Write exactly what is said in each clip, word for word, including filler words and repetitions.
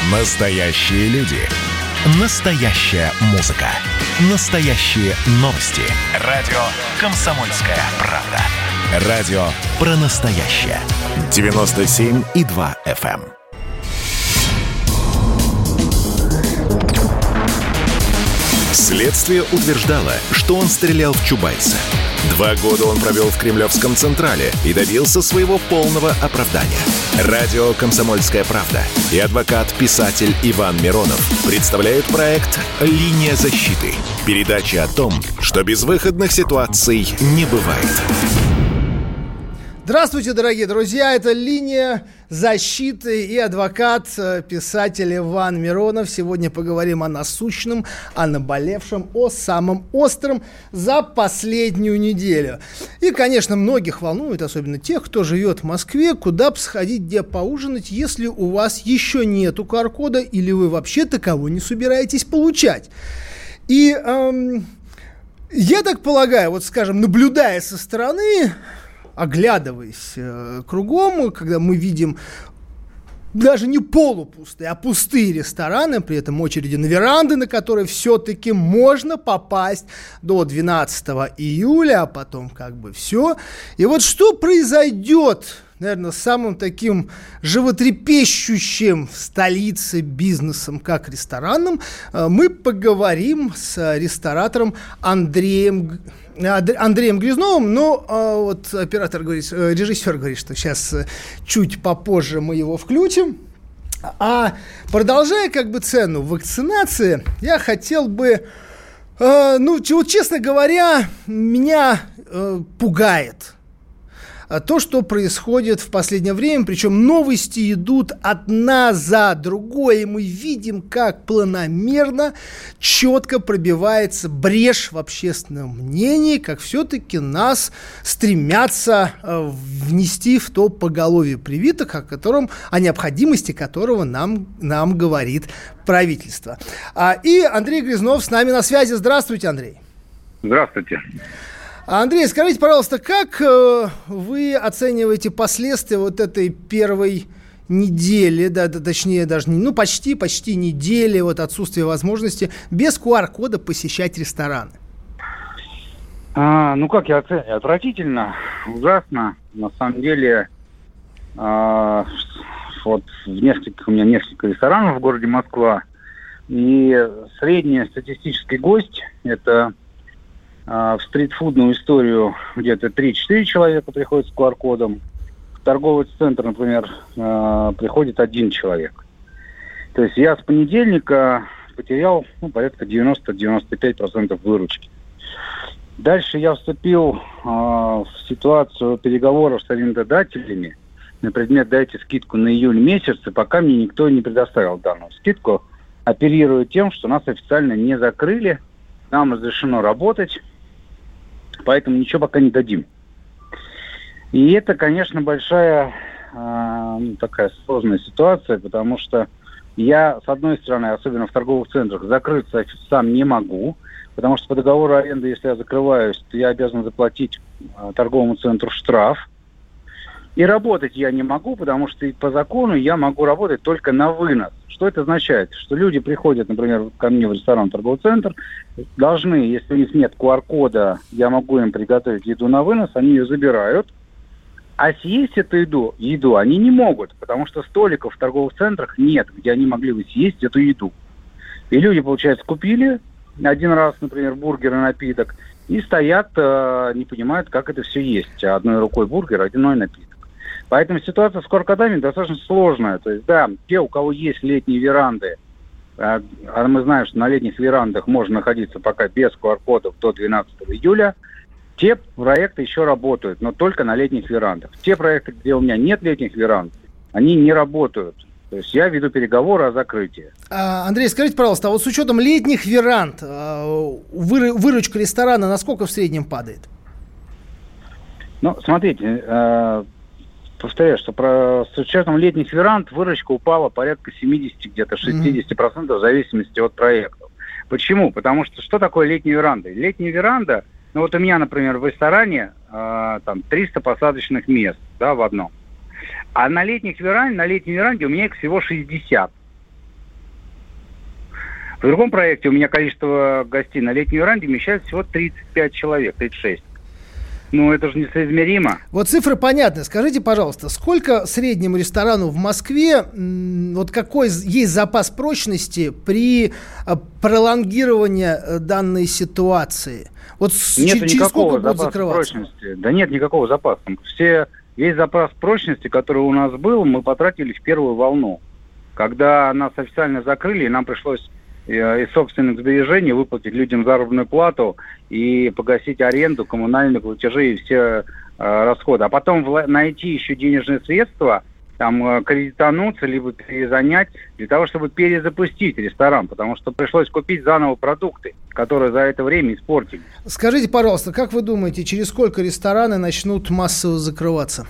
Настоящие люди. Настоящая музыка. Настоящие новости. Радио «Комсомольская правда». Радио про настоящее. девяносто семь и два эф эм. Следствие утверждало, что он стрелял в Чубайса. Два года он провел в Кремлевском Централе и добился своего полного оправдания. Радио «Комсомольская правда» и адвокат-писатель Иван Миронов представляют проект «Линия защиты». Передача о том, что безвыходных ситуаций не бывает. Здравствуйте, дорогие друзья, это «Линия защиты» и адвокат, писатель Иван Миронов. Сегодня поговорим о насущном, о наболевшем, о самом остром за последнюю неделю. И, конечно, многих волнует, особенно тех, кто живет в Москве, куда бы сходить, где поужинать, если у вас еще нету ку ар-кода или вы вообще таковой не собираетесь получать. И эм, я так полагаю, вот, скажем, наблюдая со стороны, оглядываясь э, кругом, когда мы видим даже не полупустые, а пустые рестораны, при этом очереди на веранды, на которые все-таки можно попасть до двенадцатого июля, а потом как бы все. И вот что произойдет, наверное, самым таким животрепещущим в столице бизнесом, как ресторанным, мы поговорим с ресторатором Андреем Андреем Грязновым, но а, вот оператор говорит, режиссер говорит, что сейчас чуть попозже мы его включим. А продолжая как бы цену вакцинации, я хотел бы, э, ну, честно говоря, меня э, пугает то, что происходит в последнее время, причем новости идут одна за другой, и мы видим, как планомерно, четко пробивается брешь в общественном мнении, как все-таки нас стремятся э, внести в то поголовье привиток, о котором, о необходимости которого нам, нам говорит правительство. А, и Андрей Грязнов с нами на связи. Здравствуйте, Андрей. Здравствуйте. Андрей, скажите, пожалуйста, как э, вы оцениваете последствия вот этой первой недели, да, да, точнее даже, не, ну, почти, почти недели вот отсутствия возможности без ку ар-кода посещать рестораны? А, ну, как я оцениваю? Отвратительно, ужасно. На самом деле, а, вот в нескольких, у меня несколько ресторанов в городе Москва, и средний статистический гость – это в стритфудную историю где-то три-четыре человека приходят с ку ар-кодом. В торговый центр, например, приходит один человек. То есть я с понедельника потерял ну, порядка девяносто-девяносто пять процентов выручки. Дальше я вступил в ситуацию переговоров с арендодателями на предмет «дайте скидку на июль месяц», и пока мне никто не предоставил данную скидку, оперируя тем, что нас официально не закрыли, нам разрешено работать, поэтому ничего пока не дадим. И это, конечно, большая э, такая сложная ситуация, потому что я, с одной стороны, особенно в торговых центрах, закрыться сам не могу, потому что по договору аренды, если я закрываюсь, то я обязан заплатить э, торговому центру штраф. И работать я не могу, потому что по закону я могу работать только на вынос. Что это означает? Что люди приходят, например, ко мне в ресторан, торговый центр, должны, если у них нет ку ар-кода, я могу им приготовить еду на вынос, они ее забирают. А съесть эту еду, еду они не могут, потому что столиков в торговых центрах нет, где они могли бы съесть эту еду. И люди, получается, купили один раз, например, бургер и напиток, и стоят, не понимают, как это все есть. Одной рукой бургер, одной напиток. Поэтому ситуация с ку ар-кодами достаточно сложная. То есть, да, те, у кого есть летние веранды, а мы знаем, что на летних верандах можно находиться пока без ку ар-кодов до двенадцатого июля, те проекты еще работают, но только на летних верандах. Те проекты, где у меня нет летних веранд, они не работают. То есть я веду переговоры о закрытии. А, Андрей, скажите, пожалуйста, а вот с учетом летних веранд вы, выручка ресторана насколько в среднем падает? Ну, смотрите, э, повторяю, что про, с учетом летних веранд выручка упала порядка семьдесят, где-то шестьдесят процентов mm-hmm. в зависимости от проектов. Почему? Потому что что такое летняя веранда? Летняя веранда, ну вот у меня, например, в ресторане э, там триста посадочных мест, да, в одном. А на летних веранде, на летней веранде у меня их всего шестьдесят. В другом проекте у меня количество гостей на летней веранде вмещает всего тридцать пять человек, тридцать шесть. Ну, это же несоизмеримо. Вот цифры понятны. Скажите, пожалуйста, сколько среднему ресторану в Москве, вот какой есть запас прочности при пролонгировании данной ситуации? Вот нет через никакого сколько будет запаса закрываться? Прочности. Да нет никакого запаса. Все, весь запас прочности, который у нас был, мы потратили в первую волну. Когда нас официально закрыли, и нам пришлось из собственных сбережений выплатить людям заработную плату и погасить аренду, коммунальные платежи и все э, расходы. А потом вла- найти еще денежные средства, там, э, кредитануться, либо перезанять, для того, чтобы перезапустить ресторан, потому что пришлось купить заново продукты, которые за это время испортились. Скажите, пожалуйста, как вы думаете, через сколько рестораны начнут массово закрываться?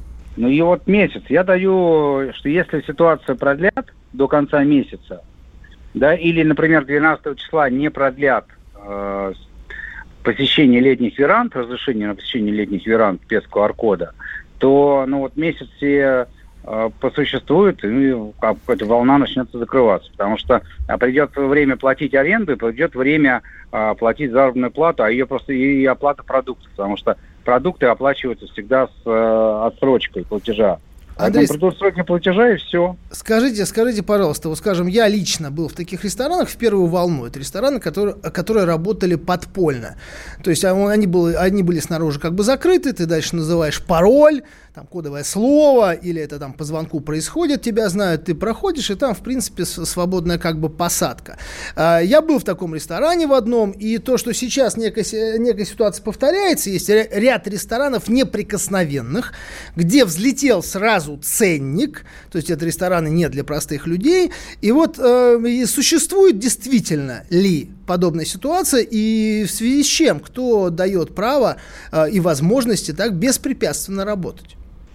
Ну и вот месяц. Я даю, что если ситуацию продлят до конца месяца, да, или, например, двенадцатого числа не продлят э, посещение летних веранд, разрешение на посещение летних веранд без ку ар кода, то, ну, вот месяц все э, посуществует, и а, эта волна начнется закрываться, потому что а, придет время платить аренду, и придет время а, платить заработную плату, а ее просто и оплата продуктов, потому что продукты оплачиваются всегда с э, отсрочкой платежа. Андрей, придут сроки платежа, и все. Скажите, скажите, пожалуйста, вот скажем, я лично был в таких ресторанах в первую волну. Это рестораны, которые, которые работали подпольно. То есть они были, они были снаружи как бы закрыты, ты дальше называешь пароль, там кодовое слово, или это там по звонку происходит, тебя знают, ты проходишь, и там, в принципе, свободная как бы посадка. Я был в таком ресторане в одном, и то, что сейчас некая, некая ситуация повторяется, есть ряд ресторанов неприкосновенных, где взлетел сразу ценник, то есть это рестораны не для простых людей, и вот э, и существует действительно ли подобная ситуация, и в связи с чем, кто дает право э, и возможности так беспрепятственно работать?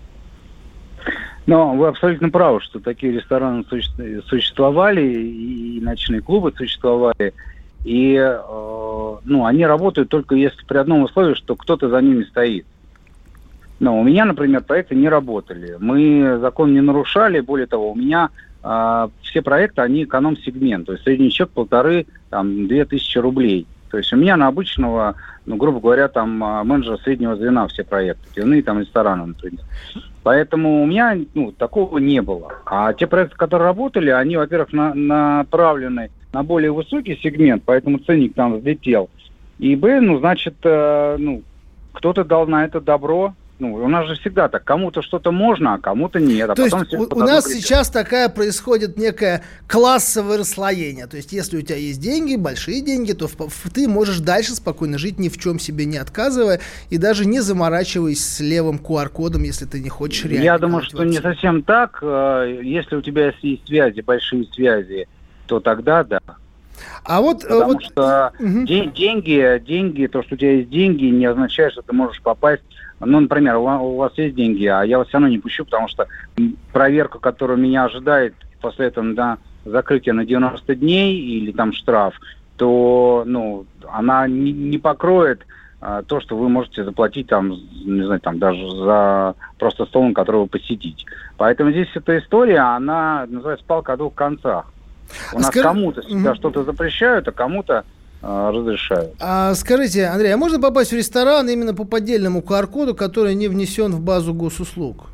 Но вы абсолютно правы, что такие рестораны существовали, и ночные клубы существовали, и э, ну, они работают только если при одном условии, что кто-то за ними стоит. Но у меня, например, проекты не работали. Мы закон не нарушали, более того, у меня э, все проекты, они эконом-сегмент, то есть средний чек полторы, там, две тысячи рублей. То есть у меня на обычного, ну, грубо говоря, там, менеджера среднего звена все проекты, пивные там рестораны, например. Поэтому у меня, ну, такого не было. А те проекты, которые работали, они, во-первых, на, направлены на более высокий сегмент, поэтому ценник там взлетел. И, б, ну, значит, э, ну, кто-то дал на это добро. Ну, у нас же всегда так, кому-то что-то можно, а кому-то нет. А то потом есть у, у нас кричат. Сейчас такая происходит некое классовое расслоение. То есть если у тебя есть деньги, большие деньги, то в, в, ты можешь дальше спокойно жить, ни в чем себе не отказывая, и даже не заморачиваясь с левым ку ар кодом, если ты не хочешь реально. Я думаю, что не совсем так. Если у тебя есть связи, большие связи, то тогда да. А вот, Потому вот... что угу. деньги, деньги, то, что у тебя есть деньги, не означает, что ты можешь попасть. Ну, например, у вас есть деньги, а я вас все равно не пущу, потому что проверка, которая меня ожидает после этого на закрытие на девяносто дней или там штраф, то, ну, она не, не покроет а, то, что вы можете заплатить там, не знаю, там даже за просто стол, на который вы посетите. Поэтому здесь эта история, она называется палка о двух концах. У а нас скажи... кому-то всегда угу. что-то запрещают, а кому-то а, разрешают. А скажите, Андрей, а можно попасть в ресторан именно по поддельному ку ар коду, который не внесен в базу госуслуг?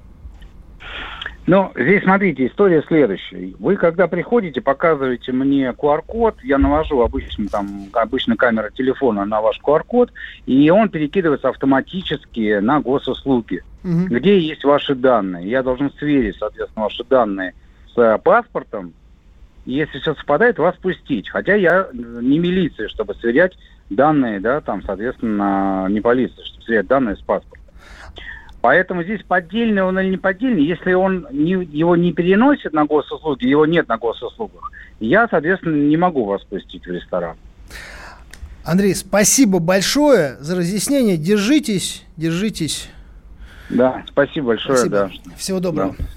Ну, здесь, смотрите, история следующая. Вы, когда приходите, показываете мне ку ар код, я навожу обычно, там, обычно камера телефона на ваш ку ар код, и он перекидывается автоматически на госуслуги, угу. где есть ваши данные. Я должен сверить, соответственно, ваши данные с паспортом. Если все совпадает, вас пустить. Хотя я не милиция, чтобы сверять данные, да, там, соответственно, не полиция, чтобы сверять данные с паспортом. Поэтому здесь поддельный он или не поддельный, если он не, его не переносит на госуслуги, его нет на госуслугах, я, соответственно, не могу вас пустить в ресторан. Андрей, спасибо большое за разъяснение. Держитесь, держитесь. Да, спасибо большое. Спасибо. Да. Всего доброго. Да.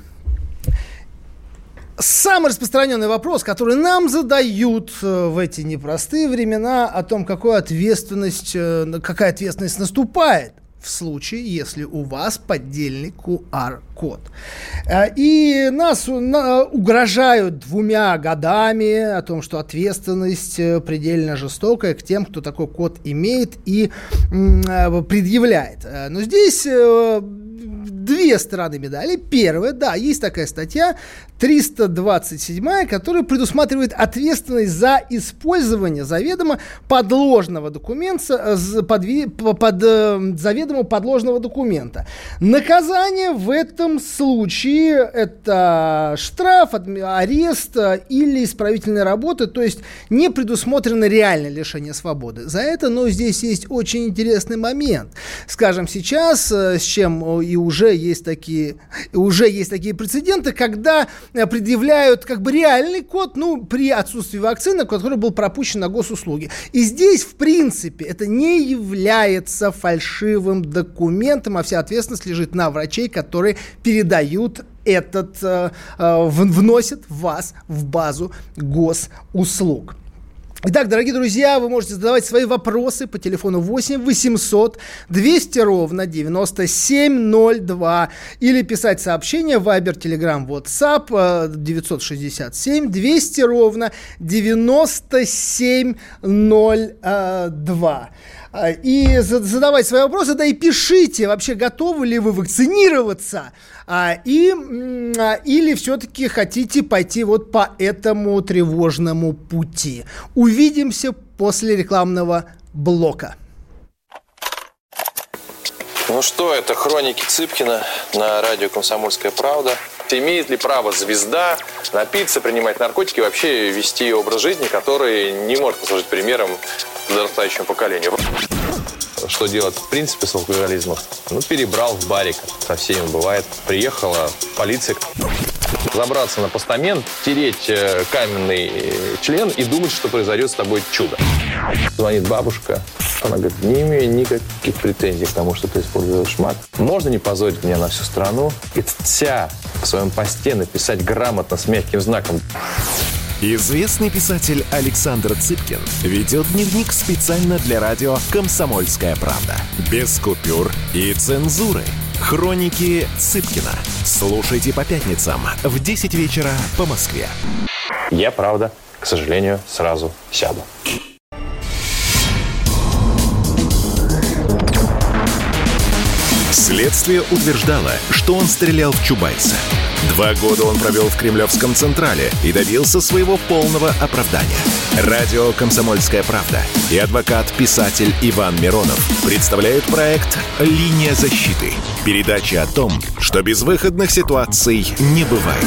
Самый распространенный вопрос, который нам задают в эти непростые времена, о том, какую ответственность, какая ответственность наступает в случае, если у вас поддельный ку ар-код. И нас угрожают двумя годами о том, что ответственность предельно жестокая к тем, кто такой код имеет и предъявляет. Но здесь две стороны медали. Первая, да, есть такая статья триста двадцать седьмая, которая предусматривает ответственность за использование заведомо подложного документа, под, под, заведомо подложного документа. Наказание в этом случае это штраф, арест или исправительная работа, то есть не предусмотрено реальное лишение свободы. За это, но здесь есть очень интересный момент. Скажем, сейчас, с чем и уже есть такие, уже есть такие прецеденты, когда предъявляют как бы реальный код, ну, при отсутствии вакцины, который был пропущен на госуслуги. И здесь, в принципе, это не является фальшивым документом, а вся ответственность лежит на врачей, которые передают этот, э, э, вносят вас в базу госуслуг. Итак, дорогие друзья, вы можете задавать свои вопросы по телефону восемь восемьсот двести ровно девяносто семь ноль два или писать сообщение в Viber, Telegram, WhatsApp девятьсот шестьдесят семь двести ровно девяносто семь ноль два. И задавайте свои вопросы, да и пишите, вообще готовы ли вы вакцинироваться, а, и, а, или все-таки хотите пойти вот по этому тревожному пути. Увидимся после рекламного блока. Ну что, это хроники Цыпкина на радио «Комсомольская правда». Имеет ли право звезда напиться, принимать наркотики и вообще вести образ жизни, который не может послужить примером подрастающему поколению? Что делать в принципе с алкоголизмом? Ну, перебрал в барик, со всеми бывает. Приехала полиция. Забраться на постамент, тереть каменный член и думать, что произойдет с тобой чудо. Звонит бабушка. Она говорит, не имею никаких претензий к тому, что ты используешь мат. Можно не позорить меня на всю страну и вся в своем посте написать грамотно с мягким знаком. Известный писатель Александр Цыпкин ведет дневник специально для радио «Комсомольская правда». Без купюр и цензуры. Хроники Цыпкина. Слушайте по пятницам в десять вечера по Москве. Я, правда, к сожалению, сразу сяду. Следствие утверждало, что он стрелял в Чубайса. Два года он провел в Кремлевском Централе и добился своего полного оправдания. Радио «Комсомольская правда» и адвокат-писатель Иван Миронов представляют проект «Линия защиты». Передача о том, что безвыходных ситуаций не бывает.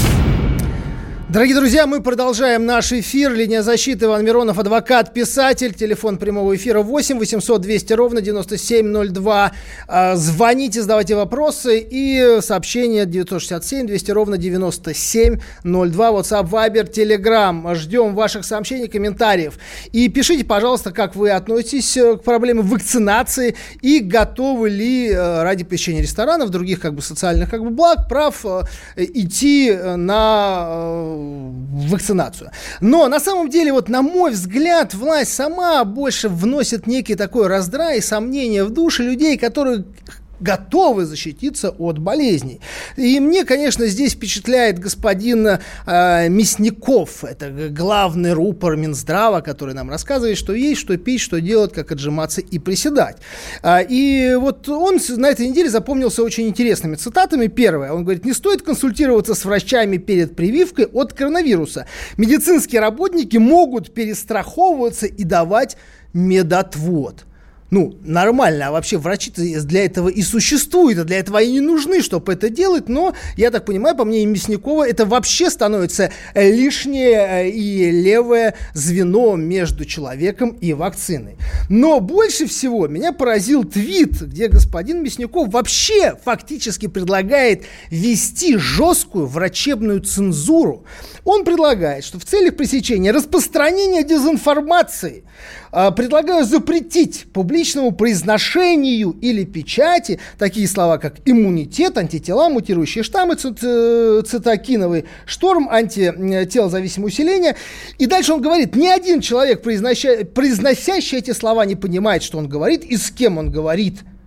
Дорогие друзья, мы продолжаем наш эфир. Линия защиты, Иван Миронов, адвокат, писатель. Телефон прямого эфира восемь восемьсот двести ровно девяносто семь ноль два. Звоните, задавайте вопросы. И сообщение девятьсот шестьдесят семь двести ровно девяносто семь ноль два. WhatsApp, Viber, Telegram. Ждем ваших сообщений, комментариев. И пишите, пожалуйста, как вы относитесь к проблеме вакцинации и готовы ли ради посещения ресторанов, других как бы социальных как бы благ, прав идти на вакцинацию. Но на самом деле, вот на мой взгляд, власть сама больше вносит некий такой раздрай и сомнения в души людей, которые готовы защититься от болезней. И мне, конечно, здесь впечатляет господин э, Мясников. Это главный рупор Минздрава, который нам рассказывает, что есть, что пить, что делать, как отжиматься и приседать. А, и вот он на этой неделе запомнился очень интересными цитатами. Первое. Он говорит, не стоит консультироваться с врачами перед прививкой от коронавируса. Медицинские работники могут перестраховываться и давать медотвод. Ну, нормально, а вообще врачи-то для этого и существуют, а для этого и не нужны, чтобы это делать, но, я так понимаю, по мнению Мясникова, это вообще становится лишнее и левое звено между человеком и вакциной. Но больше всего меня поразил твит, где господин Мясников вообще фактически предлагает ввести жесткую врачебную цензуру. Он предлагает, что в целях пресечения распространения дезинформации э, предлагаю запретить публичному произношению или печати такие слова, как иммунитет, антитела, мутирующие штаммы, цит- цитокиновый шторм, антителозависимое усиление. И дальше он говорит, ни один человек, произнося- произносящий эти слова, не понимает, что он говорит и с кем он говорит.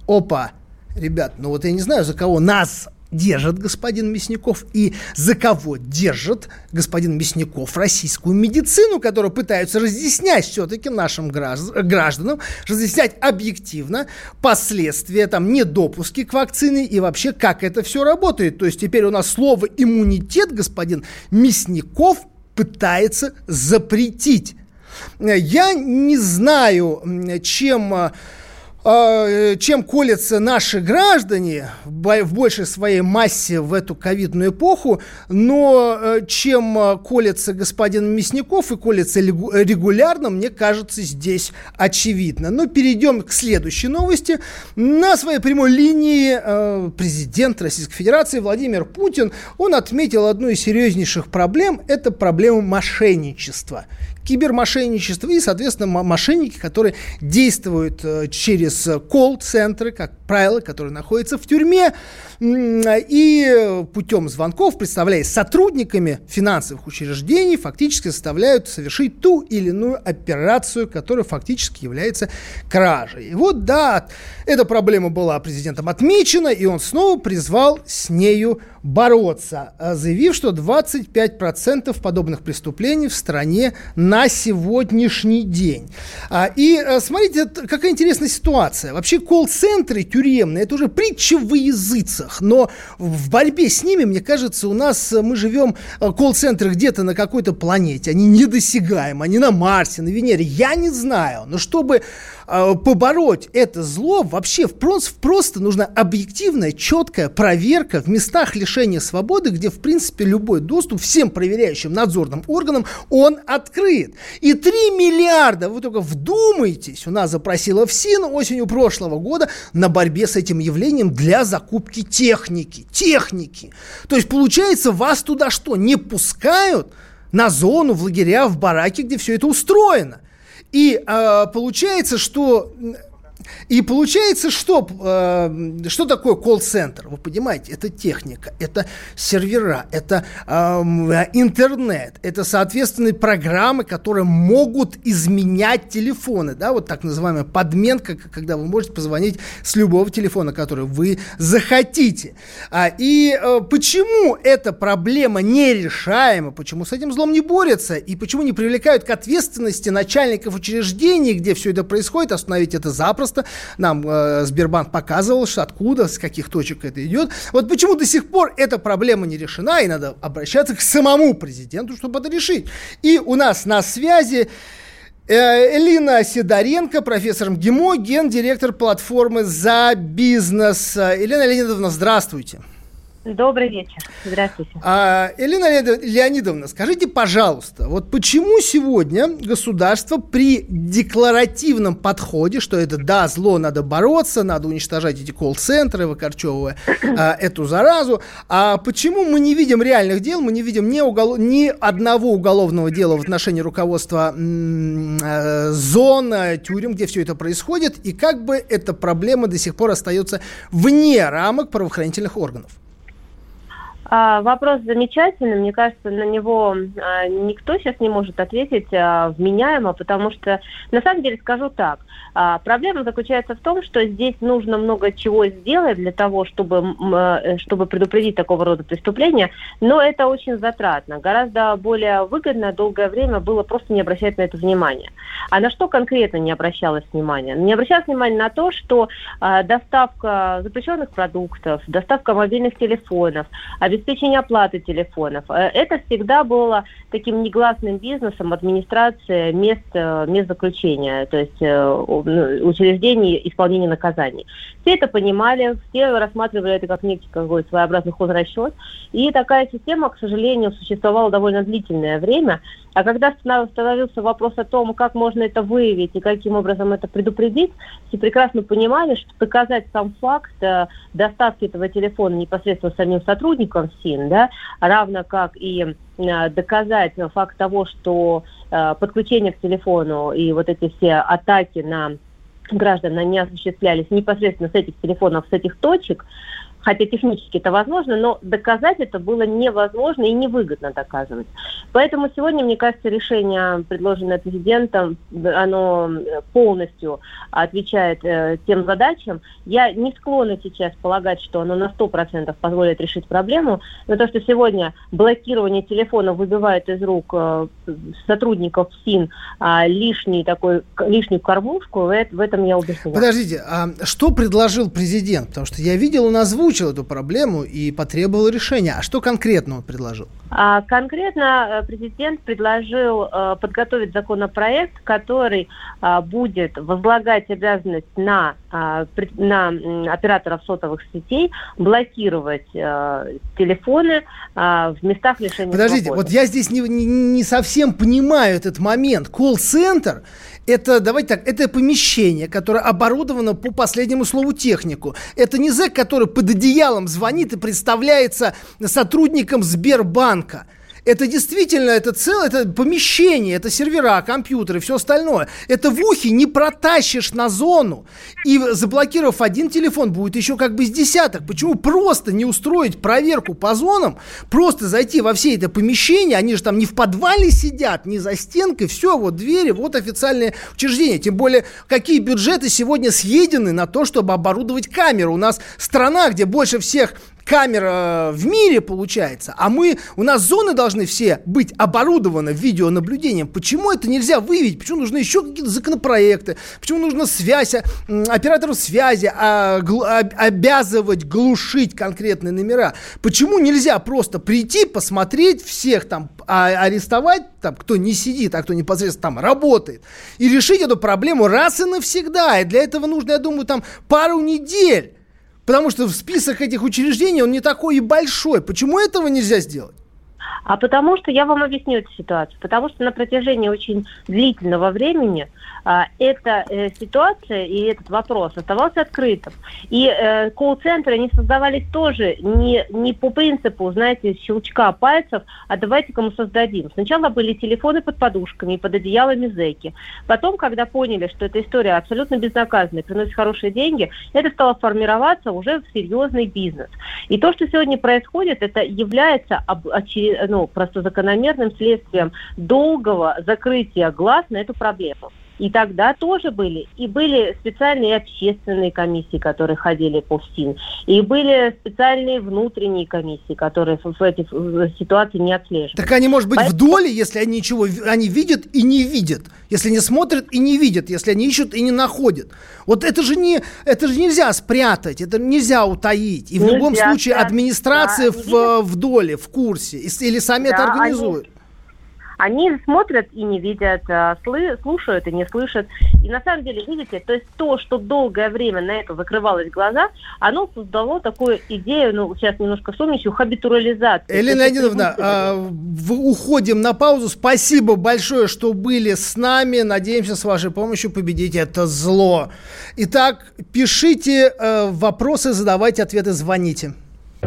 опа, ребят, ну вот я не знаю, за кого нас держит господин Мясников и за кого держит господин Мясников российскую медицину, которую пытаются разъяснять все-таки нашим гражданам, разъяснять объективно последствия, там, недопуски к вакцине и вообще, как это все работает. То есть теперь у нас слово «иммунитет» господин Мясников пытается запретить. Я не знаю, чем... чем колятся наши граждане в большей своей массе в эту ковидную эпоху, но чем колется господин Мясников и колется регулярно, мне кажется, здесь очевидно. Но перейдем к следующей новости. На своей прямой линии президент Российской Федерации Владимир Путин, он отметил одну из серьезнейших проблем, это проблема мошенничества. Кибермошенничество и, соответственно, мошенники, которые действуют через колл-центры, как правило, которые находятся в тюрьме, и путем звонков, представляясь сотрудниками финансовых учреждений, фактически заставляют совершить ту или иную операцию, которая фактически является кражей. И вот, да, эта проблема была президентом отмечена, и он снова призвал с нею бороться, заявив, что двадцать пять процентов подобных преступлений в стране на сегодняшний день. И смотрите, какая интересная ситуация. Вообще колл-центры тюремные — это уже притча во языцах, но в борьбе с ними, мне кажется, у нас мы живем колл-центры где-то на какой-то планете, они недосягаемы, они на Марсе, на Венере, я не знаю, но чтобы побороть это зло, вообще просто, просто нужна объективная, четкая проверка в местах лишения свободы, где, в принципе, любой доступ всем проверяющим надзорным органам, он открыт. И три миллиарда, вы только вдумайтесь, у нас запросила ФСИН осенью прошлого года на борьбе с этим явлением для закупки техники. Техники. То есть, получается, вас туда что, не пускают на зону, в лагеря, в бараки, где все это устроено? И э, получается, что... И получается, что, э, что такое колл-центр? Вы понимаете, это техника, это сервера, это э, интернет, это, соответственно, программы, которые могут изменять телефоны, да, вот так называемая подменка, когда вы можете позвонить с любого телефона, который вы захотите. А, и э, почему эта проблема нерешаема, почему с этим злом не борются, и почему не привлекают к ответственности начальников учреждений, где все это происходит, остановить это запросто. Нам э, Сбербанк показывал, что откуда, с каких точек это идет. Вот почему до сих пор эта проблема не решена, и надо обращаться к самому президенту, чтобы это решить. И у нас на связи э, Элина Сидоренко, профессор МГИМО, гендиректор платформы «За бизнес». Елена Леонидовна, здравствуйте. Добрый вечер. Здравствуйте. А, Елена Леонидовна, скажите, пожалуйста, вот почему сегодня государство при декларативном подходе, что это, да, зло, надо бороться, надо уничтожать эти колл-центры, выкорчевывая а, эту заразу, а почему мы не видим реальных дел, мы не видим ни, угол... ни одного уголовного дела в отношении руководства м- м- зон, тюрем, где все это происходит, и как бы эта проблема до сих пор остается вне рамок правоохранительных органов? Вопрос замечательный. Мне кажется, на него никто сейчас не может ответить вменяемо, потому что, на самом деле, скажу так. Проблема заключается в том, что здесь нужно много чего сделать для того, чтобы, чтобы предупредить такого рода преступления, но это очень затратно. Гораздо более выгодно долгое время было просто не обращать на это внимания. А на что конкретно не обращалось внимания? Не обращалось внимания на то, что доставка запрещенных продуктов, доставка мобильных телефонов, обеспечение оплаты телефонов. Это всегда было таким негласным бизнесом администрации мест, мест заключения, то есть учреждений исполнения наказаний. Все это понимали, все рассматривали это как некий какой-то своеобразный хозрасчет. И такая система, к сожалению, существовала довольно длительное время. А когда становился вопрос о том, как можно это выявить и каким образом это предупредить, все прекрасно понимали, что доказать сам факт э, доставки этого телефона непосредственно самим сотрудникам ФСИН, да, равно как и э, доказать факт того, что э, подключение к телефону и вот эти все атаки на граждан, они осуществлялись непосредственно с этих телефонов, с этих точек, Хотя технически это возможно, но доказать это было невозможно и невыгодно доказывать. Поэтому сегодня, мне кажется, решение, предложенное президентом, оно полностью отвечает э, тем задачам. Я не склонна сейчас полагать, что оно на сто процентов позволит решить проблему, но то, что сегодня блокирование телефона выбивает из рук э, сотрудников ФСИН э, лишний такой, лишнюю кормушку, в, в этом я убеждена. Подождите, а что предложил президент? Потому что я видел, он озвучил эту проблему и потребовал решения. А что конкретно он предложил? А, конкретно президент предложил а, подготовить законопроект, который а, будет возлагать обязанность на, а, на операторов сотовых сетей блокировать а, телефоны а, в местах лишения Подождите, свободы. Вот я здесь не, не, не совсем понимаю этот момент. Колл-центр — это, давайте так, это помещение, которое оборудовано по последнему слову технику. Это не зэк, который под одеялом звонит и представляется сотрудником Сбербанка. Это действительно, это целое это помещение, это сервера, компьютеры, все остальное. Это в ухе не протащишь на зону. И заблокировав один телефон, будет еще как бы с десяток. Почему просто не устроить проверку по зонам, просто зайти во все это помещение, они же там не в подвале сидят, не за стенкой, все, вот двери, вот официальные учреждения. Тем более, какие бюджеты сегодня съедены на то, чтобы оборудовать камеры. У нас страна, где больше всех камера в мире получается, а мы, у нас зоны должны все быть оборудованы видеонаблюдением. Почему это нельзя выявить? Почему нужны еще какие-то законопроекты? Почему нужна связь, операторов связи, а, гл, а, обязывать глушить конкретные номера? Почему нельзя просто прийти, посмотреть, всех там а, арестовать, там, кто не сидит, а кто непосредственно там работает, и решить эту проблему раз и навсегда? И для этого нужно, я думаю, там пару недель. Потому что список этих учреждений, он не такой и большой. Почему этого нельзя сделать? А потому что, я вам объясню эту ситуацию, потому что на протяжении очень длительного времени а, эта э, ситуация и этот вопрос оставался открытым. И э, колл-центры, они создавались тоже не, не по принципу, знаете, щелчка пальцев, а давайте-ка мы создадим. Сначала были телефоны под подушками, под одеялами зэки. Потом, когда поняли, что эта история абсолютно безнаказанная, приносит хорошие деньги, это стало формироваться уже в серьезный бизнес. И то, что сегодня происходит, это является об, очеред... ну, просто закономерным следствием долгого закрытия глаз на эту проблему. И тогда тоже были. И были специальные общественные комиссии, которые ходили по ФСИН. И были специальные внутренние комиссии, которые в эти ситуации не отслеживают. Так они, может быть, Поэтому... в доле, если они ничего, они видят и не видят. Если не смотрят и не видят. Если они ищут и не находят. Вот это же, не, это же нельзя спрятать. Это нельзя утаить. И в нельзя любом случае спрятать. администрация Да, в, в доле, в курсе. Или сами да, это организуют. Они... Они смотрят и не видят, слушают и не слышат. И на самом деле, видите, то есть то, что долгое время на это закрывалось глаза, оно создало такую идею, ну, сейчас немножко сумничаю, хабитурализации. Елена Леонидовна, а, уходим на паузу. Спасибо большое, что были с нами. Надеемся, с вашей помощью победить это зло. Итак, пишите э, вопросы, задавайте ответы, звоните.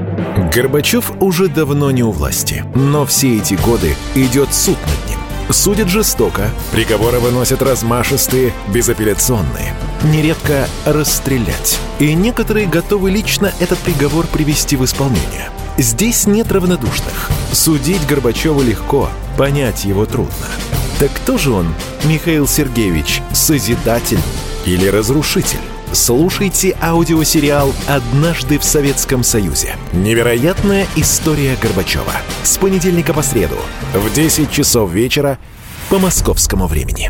Горбачев уже давно не у власти, но все эти годы идет суд над ним. Судят жестоко, приговоры выносят размашистые, безапелляционные. Нередко расстрелять. И некоторые готовы лично этот приговор привести в исполнение. Здесь нет равнодушных. Судить Горбачева легко, понять его трудно. Так кто же он, Михаил Сергеевич, созидатель или разрушитель? Слушайте аудиосериал «Однажды в Советском Союзе». Невероятная история Горбачева. С понедельника по среду в десять часов вечера по московскому времени.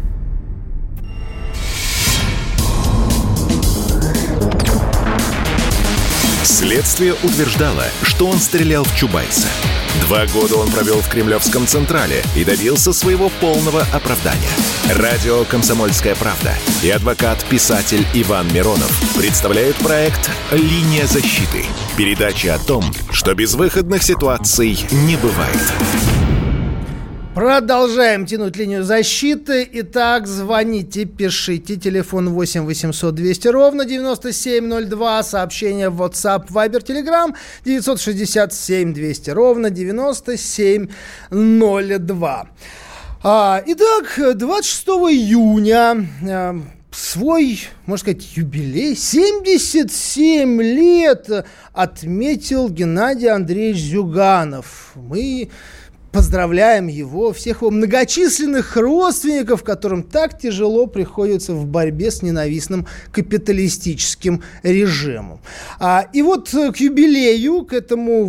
Следствие утверждало, что он стрелял в Чубайса. Два года он провел в Кремлевском Централе и добился своего полного оправдания. Радио «Комсомольская правда» и адвокат-писатель Иван Миронов представляют проект «Линия защиты». Передача о том, что безвыходных ситуаций не бывает. Продолжаем тянуть линию защиты. Итак, звоните, пишите. Телефон восемь восемьсот двести ровно девяносто семь ноль два. Сообщение в WhatsApp, Viber, Telegram девятьсот шестьдесят семь двести ровно девяносто семь ноль два. А, итак, двадцать шестого июня... свой, можно сказать, юбилей, семьдесят семь лет отметил Геннадий Андреевич Зюганов. Мы поздравляем его, всех его многочисленных родственников, которым так тяжело приходится в борьбе с ненавистным капиталистическим режимом. А, и вот к юбилею, к этому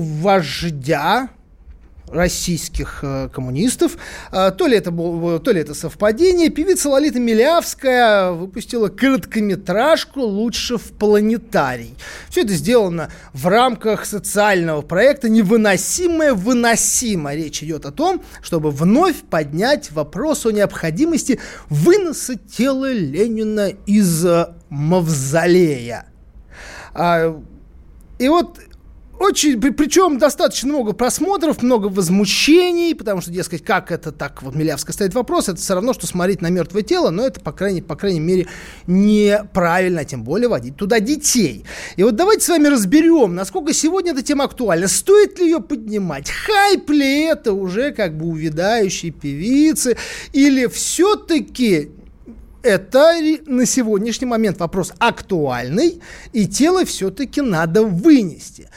вождя российских э, коммунистов, э, то ли это было, то ли это совпадение, певица Лолита Милявская выпустила короткометражку «Лучше в планетарий». Все это сделано в рамках социального проекта «Невыносимое выносимо». Речь идет о том, чтобы вновь поднять вопрос о необходимости выноса тела Ленина из э, мавзолея. А, и вот Очень, причем достаточно много просмотров, много возмущений, потому что, дескать, как это так, вот Милявская ставит вопрос, это все равно, что смотреть на мертвое тело, но это, по крайней, по крайней мере, неправильно, тем более водить туда детей. И вот давайте с вами разберем, насколько сегодня эта тема актуальна, стоит ли ее поднимать, хайп ли это уже как бы увядающей певицы, или все-таки это на сегодняшний момент вопрос актуальный, и тело все-таки надо вынести.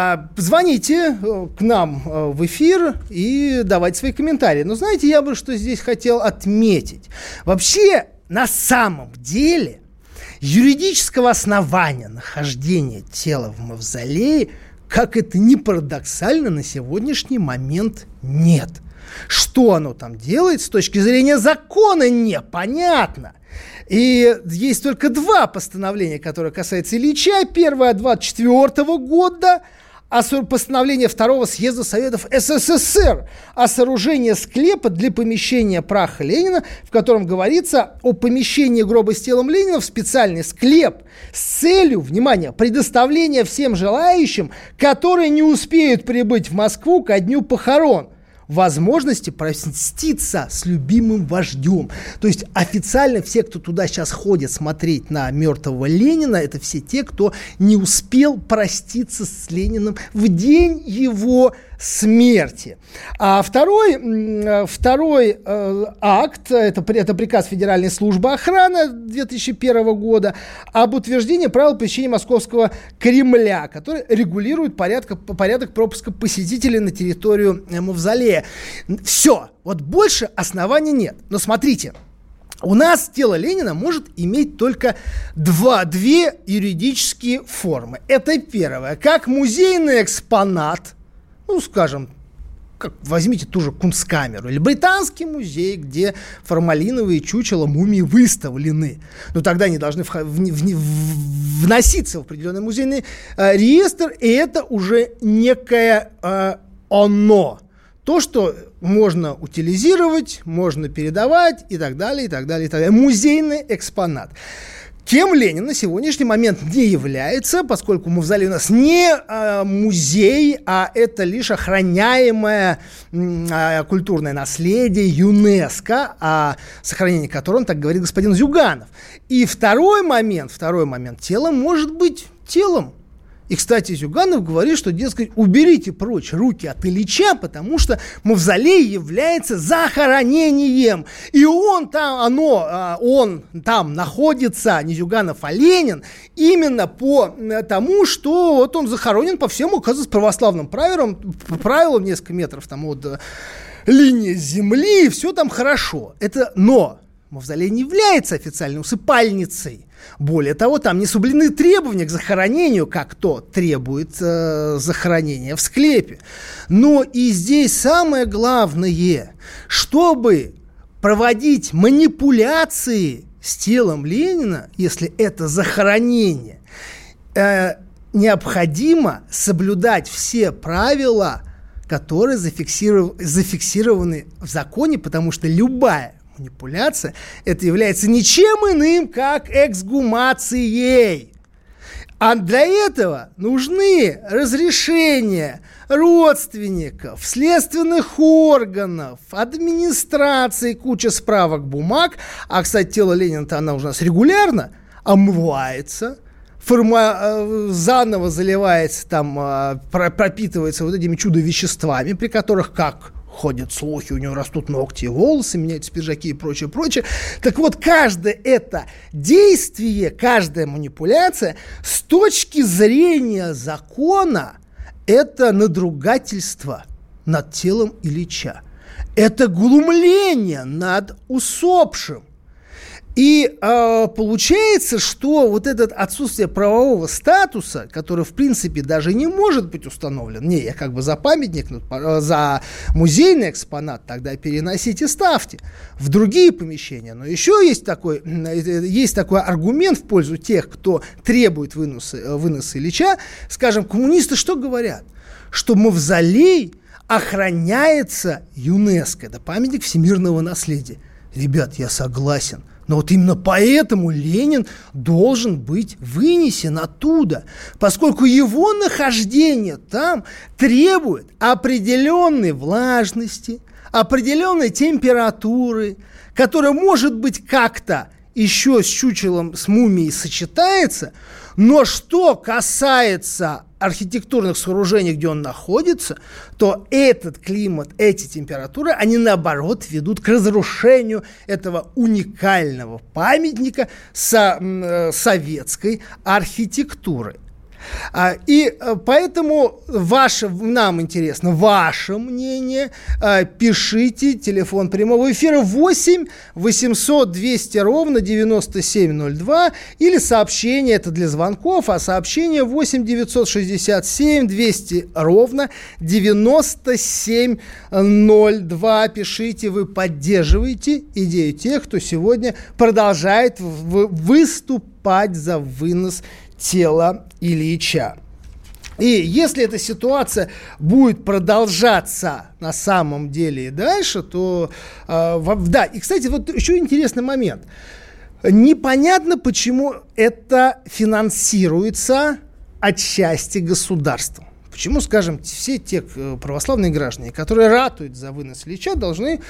Звоните к нам в эфир и давайте свои комментарии. Но знаете, я бы что здесь хотел отметить. Вообще, на самом деле, юридического основания нахождения тела в мавзолее, как это ни парадоксально, на сегодняшний момент нет. Что оно там делает с точки зрения закона, непонятно. И есть только два постановления, которые касаются Ильича. Первое двадцать четвёртого года, а постановление второго съезда Советов СССР о сооружении склепа для помещения праха Ленина, в котором говорится о помещении гроба с телом Ленина в специальный склеп с целью, внимание, предоставления всем желающим, которые не успеют прибыть в Москву ко дню похорон, возможности проститься с любимым вождем. То есть официально все, кто туда сейчас ходит смотреть на мертвого Ленина, это все те, кто не успел проститься с Лениным в день его смерти. А второй, второй э, акт, это, это приказ Федеральной службы охраны две тысячи первого года об утверждении правил посещения Московского Кремля, который регулирует порядок, порядок пропуска посетителей на территорию мавзолея. Все, вот больше оснований нет. Но смотрите, у нас тело Ленина может иметь только два, две юридические формы. Это первое, как музейный экспонат, ну, скажем, как, возьмите ту же Кунсткамеру или Британский музей, где формалиновые чучела мумии выставлены. Но тогда они должны в, в, в, вноситься в определенный музейный э, реестр, и это уже некое э, оно. То, что можно утилизировать, можно передавать и так далее, и так далее, и так далее. Музейный экспонат. Кем Ленин на сегодняшний момент не является, поскольку мавзолей у нас не э, музей, а это лишь охраняемое э, культурное наследие ЮНЕСКО, о сохранении которого, так говорит господин Зюганов. И второй момент, второй момент, тело может быть телом. И, кстати, Зюганов говорит, что, дескать, уберите прочь руки от Ильича, потому что мавзолей является захоронением. И он там, оно, он там находится, не Зюганов, а Ленин, именно по тому, что вот он захоронен по всем, оказывается, православным правилам, правилам несколько метров там от линии земли, все там хорошо. Это, но мавзолей не является официальной усыпальницей. Более того, там не соблюдены требования к захоронению, как то требует э, захоронения в склепе. Но и здесь самое главное, чтобы проводить манипуляции с телом Ленина, если это захоронение, э, необходимо соблюдать все правила, которые зафиксиров... зафиксированы в законе, потому что любая манипуляция, это является ничем иным, как эксгумацией. А для этого нужны разрешения родственников, следственных органов, администрации, куча справок, бумаг. А, кстати, тело Ленина-то она у нас регулярно омывается, форма, заново заливается, там, пропитывается вот этими чудо-веществами, при которых как ходят слухи, у него растут ногти и волосы, меняются пиджаки и прочее, прочее. Так вот, каждое это действие, каждая манипуляция с точки зрения закона это надругательство над телом Ильича. Это глумление над усопшим. И э, получается, что вот это отсутствие правового статуса, который, в принципе, даже не может быть установлен, не, я как бы за памятник, за музейный экспонат, тогда переносите, ставьте в другие помещения. Но еще есть такой, есть такой аргумент в пользу тех, кто требует выноса, выноса Ильича. Скажем, коммунисты что говорят? Что мавзолей охраняется ЮНЕСКО, это памятник всемирного наследия. Ребят, я согласен. Но вот именно поэтому Ленин должен быть вынесен оттуда, поскольку его нахождение там требует определенной влажности, определенной температуры, которая, может быть, как-то еще с чучелом, с мумией сочетается, но что касается архитектурных сооружений, где он находится, то этот климат, эти температуры, они наоборот ведут к разрушению этого уникального памятника со, э, советской архитектуры. А, и а, поэтому ваше, нам интересно ваше мнение. А, пишите, телефон прямого эфира восемь восемьсот двести ровно девяносто семь ноль два или сообщение, это для звонков, а сообщение восемь девятьсот шестьдесят семь двести ровно девяносто семь ноль два. Пишите, вы поддерживаете идею тех, кто сегодня продолжает в- выступать за вынос тела Ильича. И если эта ситуация будет продолжаться на самом деле и дальше, то э, в, да, и, кстати, вот еще интересный момент. Непонятно, почему это финансируется отчасти государством. Почему, скажем, все те православные граждане, которые ратуют за вынос Ильича, должны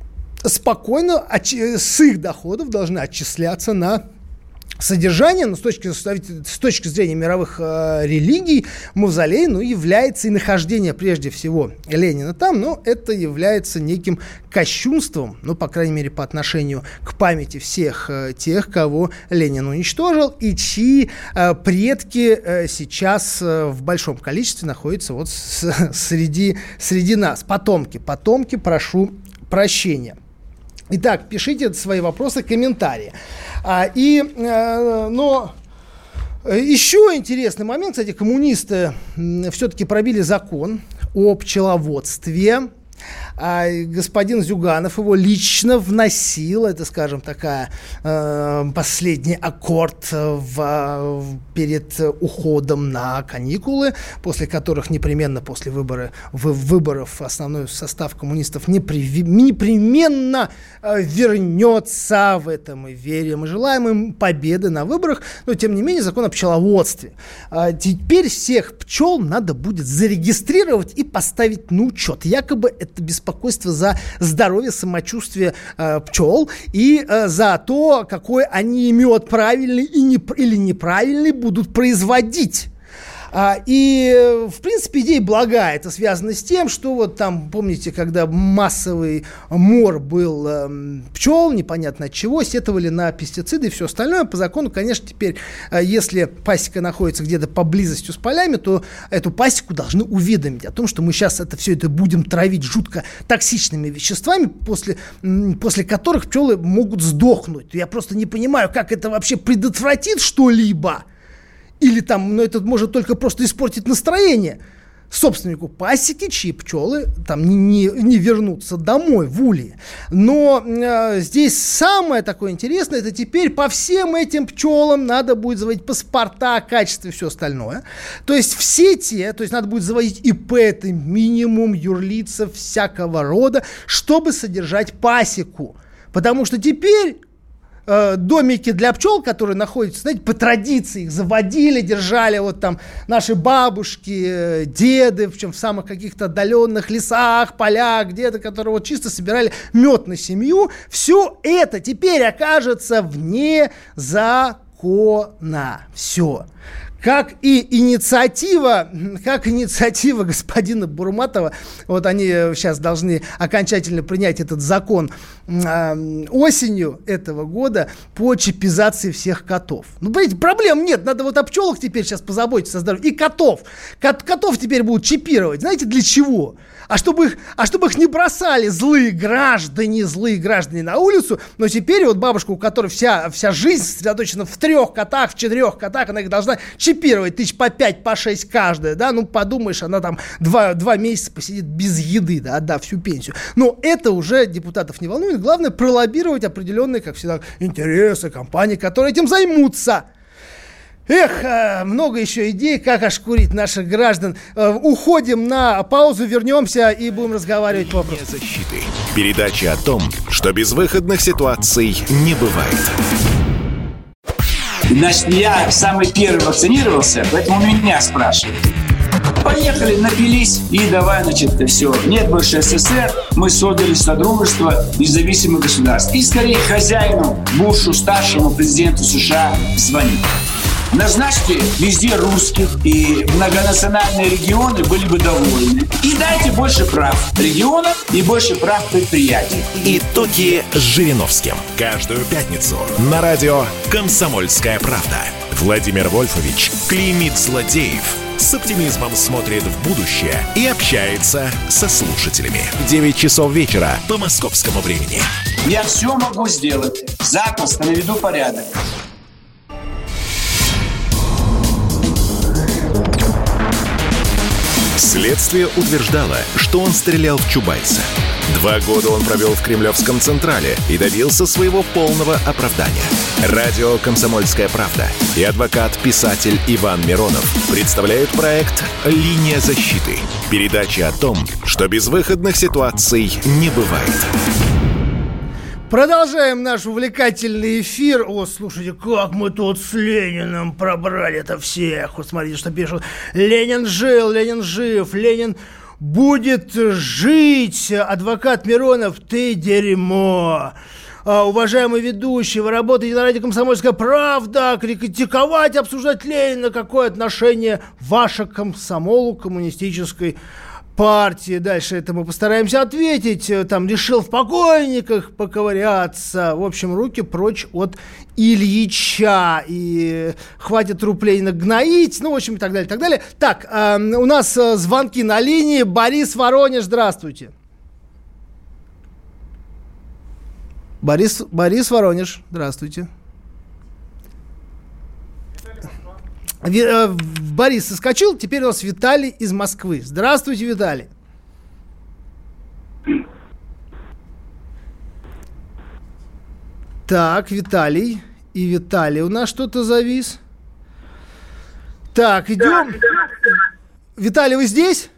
спокойно, с их доходов должны отчисляться на содержание, но с точки, с точки зрения мировых э, религий, мавзолей, ну, является и нахождение, прежде всего, Ленина там, но это является неким кощунством, ну, по крайней мере, по отношению к памяти всех э, тех, кого Ленин уничтожил, и чьи э, предки э, сейчас э, в большом количестве находятся вот с, среди, среди нас. Потомки, потомки, прошу прощения. Итак, пишите свои вопросы, комментарии. А, и, э, но еще интересный момент, кстати, коммунисты все-таки пробили закон о пчеловодстве. А господин Зюганов его лично вносил, это, скажем, такая э, последний аккорд в, в, перед уходом на каникулы, после которых непременно после выбора, в, выборов основной состав коммунистов непри, непременно э, вернется, в этом мы верим и желаем им победы на выборах, но тем не менее закон о пчеловодстве. А теперь всех пчел надо будет зарегистрировать и поставить на учет. Якобы это беспокойство за здоровье, самочувствие э, пчел и э, за то, какой они мед правильный и не, или неправильный будут производить. А, и, в принципе, идея благая. Это связано с тем, что вот там, помните, когда массовый мор был э, пчел, непонятно от чего, сетовали на пестициды и все остальное. По закону, конечно, теперь, э, если пасека находится где-то поблизости с полями, то эту пасеку должны уведомить о том, что мы сейчас это все это будем травить жутко токсичными веществами, после, м, после которых пчелы могут сдохнуть. Я просто не понимаю, как это вообще предотвратит что-либо. Или там, ну, это может только просто испортить настроение собственнику пасеки, чьи пчелы там не, не, не вернутся домой в улье. Но э, здесь самое такое интересное, это теперь по всем этим пчелам надо будет заводить паспорта, качество и все остальное. То есть все те, то есть надо будет заводить ИП, это минимум, юрлица всякого рода, чтобы содержать пасеку. Потому что теперь домики для пчел, которые находятся, знаете, по традиции их заводили, держали вот там наши бабушки, деды, причем в самых каких-то отдаленных лесах, полях, где-то, которые вот чисто собирали мед на семью. Все это теперь окажется вне закона. Все. как и инициатива, как инициатива господина Бурматова, вот они сейчас должны окончательно принять этот закон э, осенью этого года по чипизации всех котов. Ну, понимаете, проблем нет, надо вот о пчелах теперь сейчас позаботиться о здоровье. И котов. Кот, котов теперь будут чипировать. Знаете, для чего? А чтобы, их, а чтобы их не бросали злые граждане, злые граждане на улицу, но теперь вот бабушка, у которой вся, вся жизнь сосредоточена в трех котах, в четырех котах, она их должна чипировать тысяч по пять, по шесть каждая, да, ну подумаешь, она там два, два месяца посидит без еды, да, отдав всю пенсию. Но это уже депутатов не волнует, главное пролоббировать определенные, как всегда, интересы компаний, которые этим займутся. Эх, много еще идей, как ошкурить наших граждан. Уходим на паузу, вернемся и будем разговаривать по вопросу. Защиты. Передача о том, что безвыходных ситуаций не бывает. Значит, я самый первый вакцинировался, поэтому меня спрашивают. Поехали, напились и давай, значит, все. Нет больше СССР, мы создали Содружество независимых государств. И скорее хозяину Бушу, старшему президенту США, звонить. Назначьте везде русских, и многонациональные регионы были бы довольны. И дайте больше прав регионам и больше прав предприятий. Итоги с Жириновским. Каждую пятницу на радио «Комсомольская правда». Владимир Вольфович клеймит злодеев, с оптимизмом смотрит в будущее и общается со слушателями. девять часов вечера по московскому времени. Я все могу сделать. Запросто наведу порядок. Следствие утверждало, что он стрелял в Чубайса. Два года он провел в Кремлевском Централе и добился своего полного оправдания. Радио «Комсомольская правда» и адвокат-писатель Иван Миронов представляют проект «Линия защиты». Передача о том, что безвыходных ситуаций не бывает. Продолжаем наш увлекательный эфир. О, слушайте, как мы тут с Лениным пробрали это всех. Вот смотрите, что пишут. Ленин жил, Ленин жив, Ленин будет жить. Адвокат Миронов, ты дерьмо. А, уважаемый ведущий, вы работаете на радио «Комсомольская правда». Критиковать, обсуждать Ленина. Какое отношение ваше к комсомолу, коммунистической партии? Дальше это мы постараемся ответить. Там решил в покойниках поковыряться. В общем, руки прочь от Ильича. И хватит труп Ленина гноить. Ну, в общем, и так далее, и так далее. Так, э, у нас э, звонки на линии. Борис, Воронеж, здравствуйте. Борис, Борис, Воронеж, здравствуйте. Борис соскочил, теперь у нас Виталий из Москвы. Здравствуйте, Виталий. Так, Виталий. И Виталий у нас что-то завис. Так, идем. Виталий, вы здесь?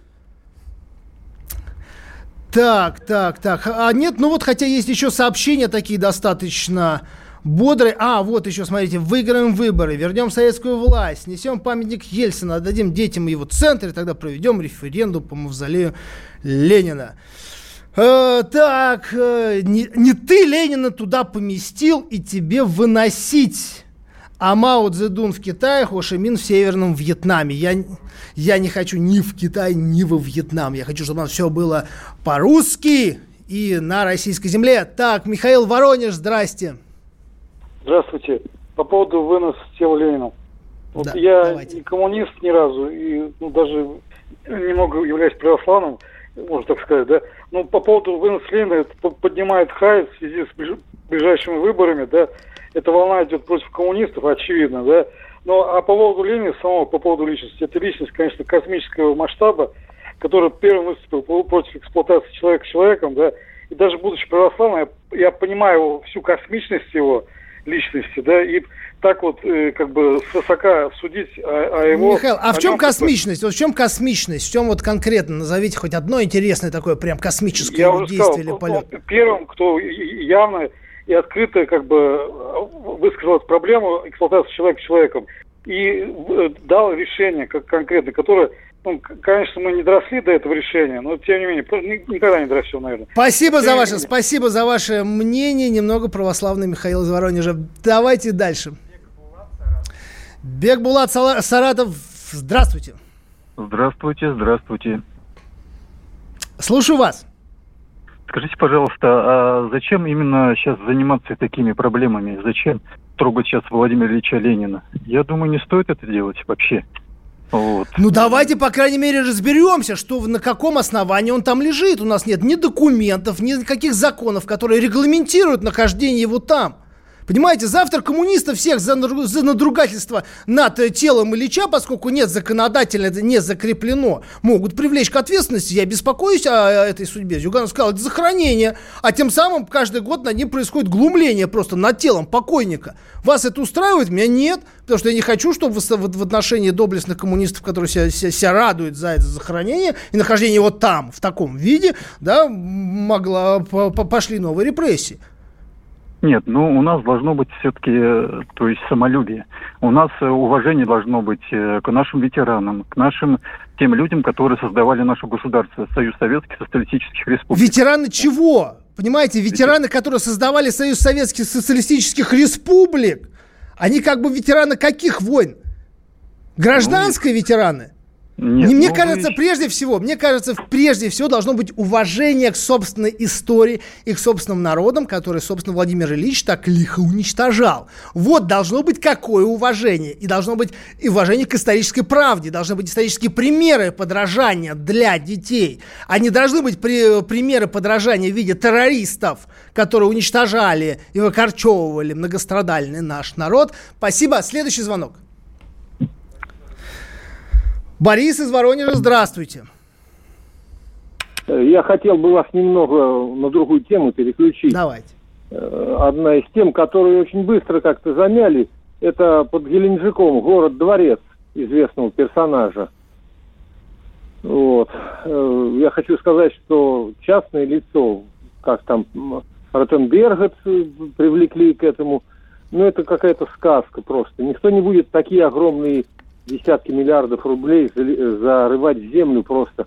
Так, так, так. А нет, ну вот, хотя есть еще сообщения такие достаточно бодрые. А, вот еще, смотрите, выиграем выборы, вернем советскую власть, снесем памятник Ельцина, отдадим детям его центр, и тогда проведем референдум по мавзолею Ленина. Э, так, э, не, не ты Ленина туда поместил, и тебе выносить. А Мао Цзэдун в Китае, Хо Ши Мин в Северном Вьетнаме. Я, я не хочу ни в Китай, ни во Вьетнам. Я хочу, чтобы у нас все было по-русски и на российской земле. Так, Михаил Воронеж, здрасте. Здравствуйте. По поводу выноса тела Ленина. Вот да, я давайте. Не коммунист ни разу, и ну, даже немного являюсь православным, можно так сказать, да. Но по поводу выноса Ленина это поднимает хай в связи с ближайшими выборами, да. Эта волна идет против коммунистов, очевидно, да. Но а по поводу Ленина самого, по поводу личности, это личность, конечно, космического масштаба, который первым выступил против эксплуатации человека человеком, да. И даже будучи православным, я, я понимаю его, всю космичность его личности, да, и так вот э, как бы свысока судить о, о его... Михаил, а в чем космичность? Вот в чем космичность? В чем вот конкретно? Назовите хоть одно интересное такое прям космическое я действие или полет. Первым, кто явно и открыто как бы высказал эту проблему эксплуатации человека человеком и дал решение как конкретно, которое, ну, конечно, мы не доросли до этого решения, но тем не менее никогда не доросил, наверное. Спасибо тем за ваше, менее. Спасибо за ваше мнение, немного православный Михаил из Воронежа. Давайте дальше. Бекбулат Саратов, здравствуйте. Здравствуйте, здравствуйте. Слушаю вас. Скажите, пожалуйста, а зачем именно сейчас заниматься такими проблемами? Зачем трогать сейчас Владимира Ильича Ленина? Я думаю, не стоит это делать вообще. Вот. Ну, давайте, по крайней мере, разберемся, что на каком основании он там лежит. У нас нет ни документов, ни каких законов, которые регламентируют нахождение его там. Понимаете, завтра коммунистов всех за, за надругательство над телом Ильича, поскольку нет законодательно, это не закреплено, могут привлечь к ответственности. Я беспокоюсь о, о этой судьбе. Зюганов сказал, это захоронение. А тем самым каждый год над ним происходит глумление просто над телом покойника. Вас это устраивает? Меня нет. Потому что я не хочу, чтобы в, в, в отношении доблестных коммунистов, которые себя, себя, себя радуют за это захоронение и нахождение его там, в таком виде, да, могла, по, по, пошли новые репрессии. Нет, ну у нас должно быть все-таки, то есть самолюбие. У нас уважение должно быть к нашим ветеранам, к нашим тем людям, которые создавали наше государство, Союз Советских Социалистических Республик. Ветераны чего? Понимаете, ветераны, которые создавали Союз Советских Социалистических Республик, они как бы ветераны каких войн? Гражданские ну, ветераны? Нет, мне ну, кажется, вы... прежде всего, мне кажется, прежде всего должно быть уважение к собственной истории и к собственным народам, которые, собственно, Владимир Ильич так лихо уничтожал. Вот должно быть какое уважение. И должно быть и уважение к исторической правде. Должны быть исторические примеры подражания для детей. А не должны быть при, примеры подражания в виде террористов, которые уничтожали и выкорчевывали многострадальный наш народ. Спасибо. Следующий звонок. Борис из Воронежа, здравствуйте. Я хотел бы вас немного на другую тему переключить. Давайте. Одна из тем, которые очень быстро как-то замяли, это под Геленджиком город-дворец известного персонажа. Вот. Я хочу сказать, что частное лицо, как там Ротенбергец привлекли к этому, ну это какая-то сказка просто. Никто не будет такие огромные десятки миллиардов рублей зарывать в землю просто.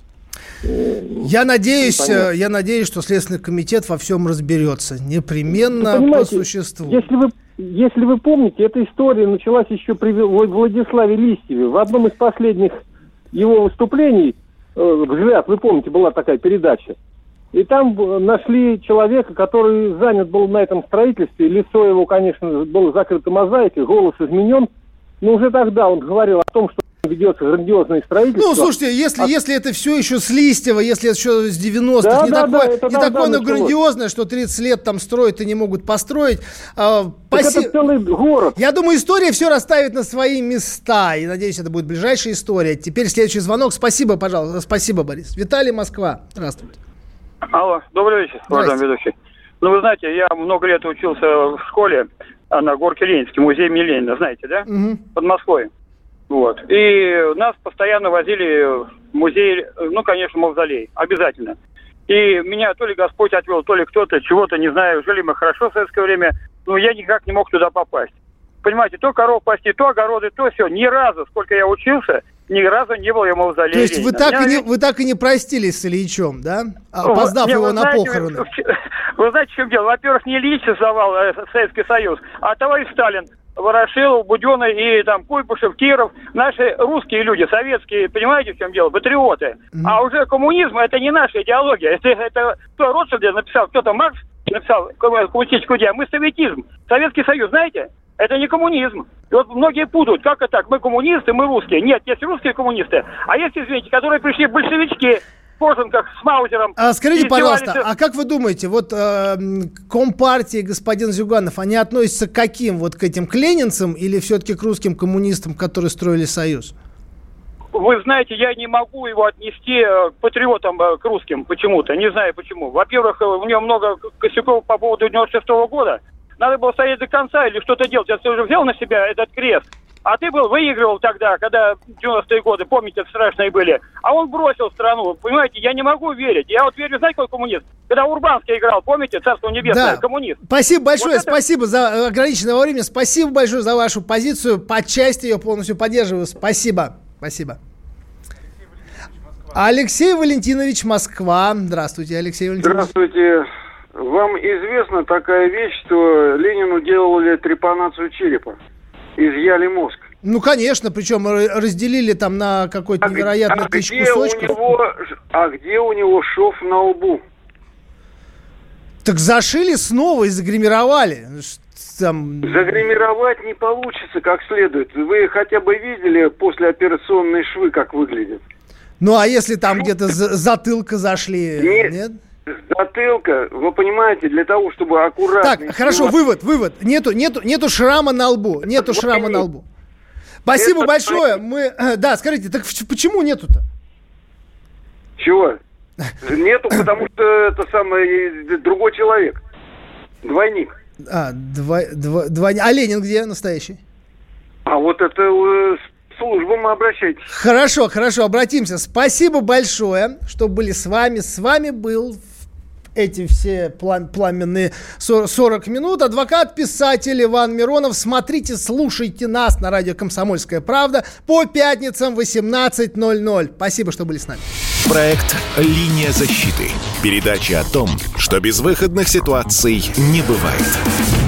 Я надеюсь, я надеюсь, что Следственный комитет во всем разберется. Непременно по существу. Если вы, если вы помните, эта история началась еще при Владиславе Листьеве. В одном из последних его выступлений, «Взгляд», вы помните, была такая передача. И там нашли человека, который занят был на этом строительстве. Лицо его, конечно, было закрыто мозаикой, голос изменен. Но уже тогда он говорил о том, что ведется грандиозное строительство. Ну, слушайте, если, а... если это все еще с Листьева, если это еще с девяностых, да, не, да, такое, да, не такое, но грандиозное, что тридцать лет там строят и не могут построить. А, паси... Это целый город. Я думаю, история все расставит на свои места. И надеюсь, это будет ближайшая история. Теперь следующий звонок. Спасибо, пожалуйста. Спасибо, Борис. Виталий, Москва. Здравствуйте. Алло, добрый вечер, уважаемый ведущий. Ну, вы знаете, я много лет учился в школе на Горке Ленинский, музей имени Ленина, знаете, да? Угу. Под Москвой. Вот. И нас постоянно возили в музей, ну, конечно, мавзолей, обязательно. И меня то ли Господь отвел, то ли кто-то, чего-то, не знаю, жили мы хорошо в советское время, но я никак не мог туда попасть. Понимаете, то коров пасти, то огороды, то все. Ни разу, сколько я учился, ни разу не был я в мавзолее. То есть Ленина. вы так, меня... и не, вы так и не простились с Ильичем, да? Опоздав не, его вы на знаете, похороны. Вы, вы знаете, в чем дело? Во-первых, не Ильич создавал э, Советский Союз, а товарищ Сталин, Ворошилов, Буденный и там Куйбышев, Киров, наши русские люди, советские, понимаете, в чем дело? Патриоты. Mm-hmm. А уже коммунизм — это не наша идеология. Это, это кто Ротшильд написал, кто-то Маркс написал коммунистическую идею. Мы советизм. Советский Союз, знаете? Это не коммунизм. И вот многие путают, как это так, мы коммунисты, мы русские. Нет, есть русские коммунисты, а есть, извините, которые пришли большевички в кожанках с маузером. А скажите, пожалуйста, а как вы думаете, вот э, Компартии, господин Зюганов, они относятся к каким? Вот к этим к ленинцам или все-таки к русским коммунистам, которые строили Союз? Вы знаете, я не могу его отнести к патриотам, к русским почему-то. Не знаю почему. Во-первых, у него много косяков по поводу девяносто шестого года. Надо было стоять до конца или что-то делать. Я уже взял на себя этот крест. А ты был, выигрывал тогда, когда девяностые годы, помните, страшные были. А он бросил страну. Понимаете, я не могу верить. Я вот верю, знаете, какой коммунист? Когда Урбанский играл, помните, Царство Небесное, да. Коммунист. Спасибо большое, вот это... спасибо за ограниченное время. Спасибо большое за вашу позицию. По части ее полностью поддерживаю. Спасибо. Спасибо. Алексей Валентинович, Москва. Здравствуйте, Алексей Валентинович. Здравствуйте. Вам известна такая вещь, что Ленину делали трепанацию черепа, изъяли мозг. Ну, конечно, причем разделили там на какой-то а невероятный а тысяч где кусочков. У него, а где у него шов на лбу? Так зашили снова и загримировали. Там... Загримировать не получится как следует. Вы хотя бы видели послеоперационные швы, как выглядят? Ну, а если там где-то затылка зашли? Нет. Нет? Затылка, вы понимаете, для того, чтобы аккуратно... Так, хорошо, вывод, вывод. Нету, нету, нету шрама на лбу. Нету шрама на лбу. Спасибо это... большое. Мы... Да, скажите, так почему нету-то? Чего? Нету, потому что это самый другой человек. Двойник. А, два, два, двойник. А Ленин где настоящий? А вот это э, служба, мы обращайтесь. Хорошо, хорошо, обратимся. Спасибо большое, что были с вами. С вами был эти все плам- пламенные сорок минут. Адвокат, писатель Иван Миронов. Смотрите, слушайте нас на радио «Комсомольская правда» по пятницам в восемнадцать ноль ноль. Спасибо, что были с нами. Проект «Линия защиты». Передача о том, что безвыходных ситуаций не бывает.